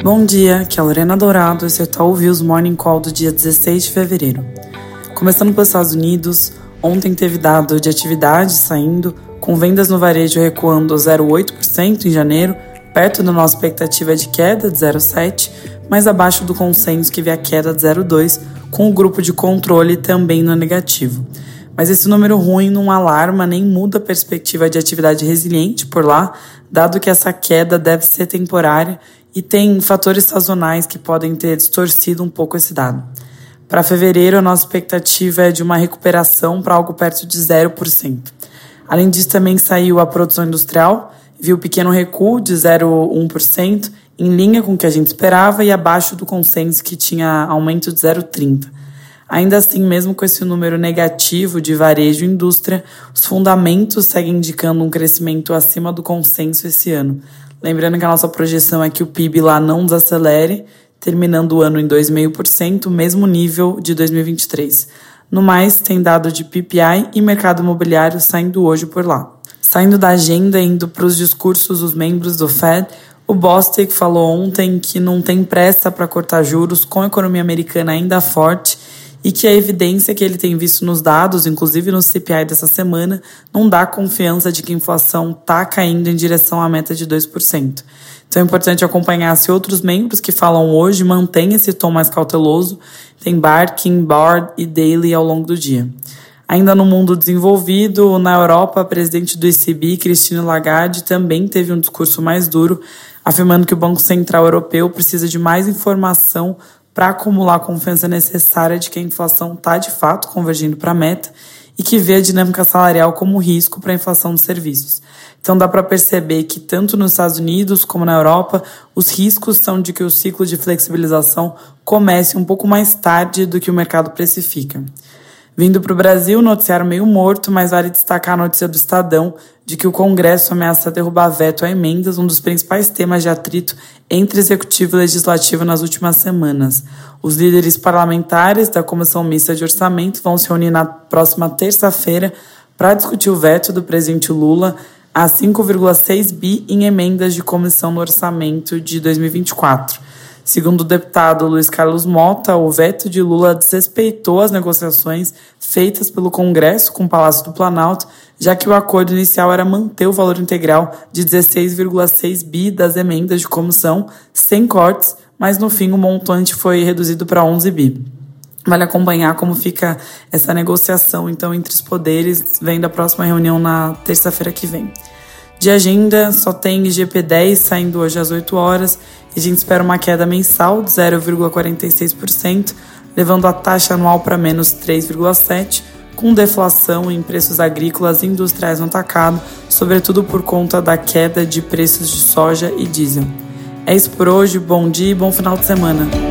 Bom dia, aqui é a Lorena Dourado e você está ouvindo os Morning Call do dia 16 de fevereiro. Começando pelos Estados Unidos, ontem teve dado de atividade saindo, com vendas no varejo recuando 0,8% em janeiro, perto da nossa expectativa de queda de 0,7%, mas abaixo do consenso que vê a queda de 0,2%, com o grupo de controle também no negativo. Mas esse número ruim não alarma nem muda a perspectiva de atividade resiliente por lá, dado que essa queda deve ser temporária e tem fatores sazonais que podem ter distorcido um pouco esse dado. Para fevereiro, a nossa expectativa é de uma recuperação para algo perto de 0%. Além disso, também saiu a produção industrial, viu pequeno recuo de 0,1%, em linha com o que a gente esperava e abaixo do consenso que tinha aumento de 0,30%. Ainda assim, mesmo com esse número negativo de varejo e indústria, os fundamentos seguem indicando um crescimento acima do consenso esse ano. Lembrando que a nossa projeção é que o PIB lá não desacelere, terminando o ano em 2,5%, mesmo nível de 2023. No mais, tem dado de PPI e mercado imobiliário saindo hoje por lá. Saindo da agenda e indo para os discursos dos membros do Fed, o Bostic falou ontem que não tem pressa para cortar juros com a economia americana ainda forte e que a evidência que ele tem visto nos dados, inclusive no CPI dessa semana, não dá confiança de que a inflação está caindo em direção à meta de 2%. Então é importante acompanhar se outros membros que falam hoje mantêm esse tom mais cauteloso. Tem Barkin, Bard e Daly ao longo do dia. Ainda no mundo desenvolvido, na Europa, a presidente do ECB, Christine Lagarde, também teve um discurso mais duro, afirmando que o Banco Central Europeu precisa de mais informação para acumular a confiança necessária de que a inflação está, de fato, convergindo para a meta e que vê a dinâmica salarial como risco para a inflação dos serviços. Então dá para perceber que tanto nos Estados Unidos como na Europa, os riscos são de que o ciclo de flexibilização comece um pouco mais tarde do que o mercado precifica. Vindo para o Brasil, noticiário meio morto, mas vale destacar a notícia do Estadão de que o Congresso ameaça derrubar veto a emendas, um dos principais temas de atrito entre Executivo e Legislativo nas últimas semanas. Os líderes parlamentares da Comissão Mista de Orçamento vão se reunir na próxima terça-feira para discutir o veto do presidente Lula a 5,6 bi em emendas de comissão no orçamento de 2024. Segundo o deputado Luiz Carlos Mota, o veto de Lula desrespeitou as negociações feitas pelo Congresso com o Palácio do Planalto, já que o acordo inicial era manter o valor integral de 16,6 bi das emendas de comissão, sem cortes, mas no fim o montante foi reduzido para 11 bi. Vale acompanhar como fica essa negociação, então, entre os poderes, vem da próxima reunião na terça-feira que vem. De agenda, só tem IGP-10 saindo hoje às 8 horas e a gente espera uma queda mensal de 0,46%, levando a taxa anual para menos 3,7%, com deflação em preços agrícolas e industriais no atacado, sobretudo por conta da queda de preços de soja e diesel. É isso por hoje, bom dia e bom final de semana.